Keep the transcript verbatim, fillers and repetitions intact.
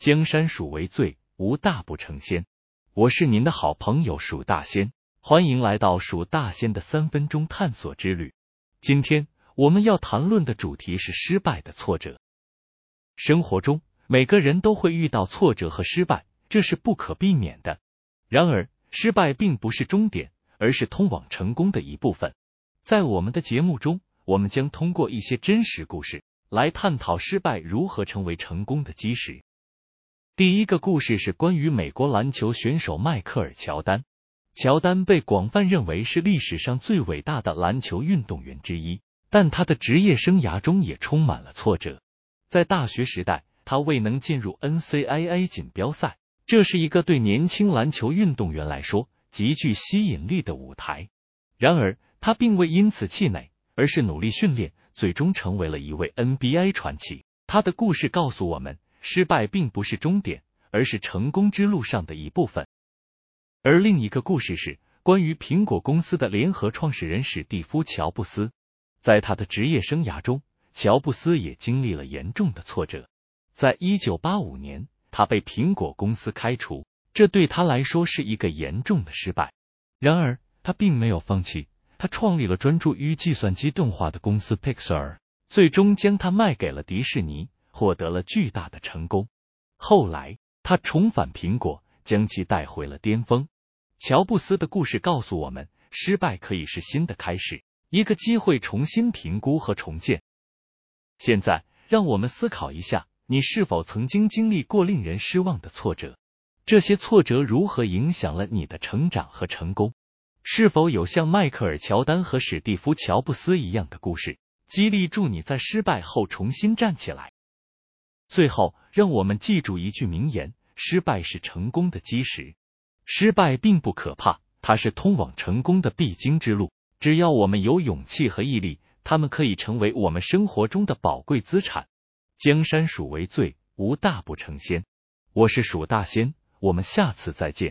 江山属为最，无大不成仙。我是您的好朋友蜀大仙，欢迎来到蜀大仙的三分钟探索之旅。今天我们要谈论的主题是失败的挫折。生活中每个人都会遇到挫折和失败，这是不可避免的。然而，失败并不是终点，而是通往成功的一部分。在我们的节目中，我们将通过一些真实故事来探讨失败如何成为成功的基石。第一个故事是关于美国篮球选手迈克尔·乔丹。乔丹被广泛认为是历史上最伟大的篮球运动员之一，但他的职业生涯中也充满了挫折。在大学时代，他未能进入 N C A A 锦标赛，这是一个对年轻篮球运动员来说极具吸引力的舞台。然而，他并未因此气馁，而是努力训练，最终成为了一位 N B A 传奇。他的故事告诉我们，失败并不是终点，而是成功之路上的一部分。而另一个故事是关于苹果公司的联合创始人史蒂夫·乔布斯。在他的职业生涯中，乔布斯也经历了严重的挫折。在一九八五年，他被苹果公司开除，这对他来说是一个严重的失败。然而，他并没有放弃，他创立了专注于计算机动画的公司 Pixar， 最终将它卖给了迪士尼，获得了巨大的成功。后来，他重返苹果，将其带回了巅峰。乔布斯的故事告诉我们，失败可以是新的开始，一个机会重新评估和重建。现在，让我们思考一下，你是否曾经经历过令人失望的挫折？这些挫折如何影响了你的成长和成功？是否有像迈克尔·乔丹和史蒂夫·乔布斯一样的故事，激励住你在失败后重新站起来？最后，让我们记住一句名言：失败是成功的基石。失败并不可怕，它是通往成功的必经之路。只要我们有勇气和毅力，它们可以成为我们生活中的宝贵资产。江山属为最，无大不成仙。我是蜀大仙，我们下次再见。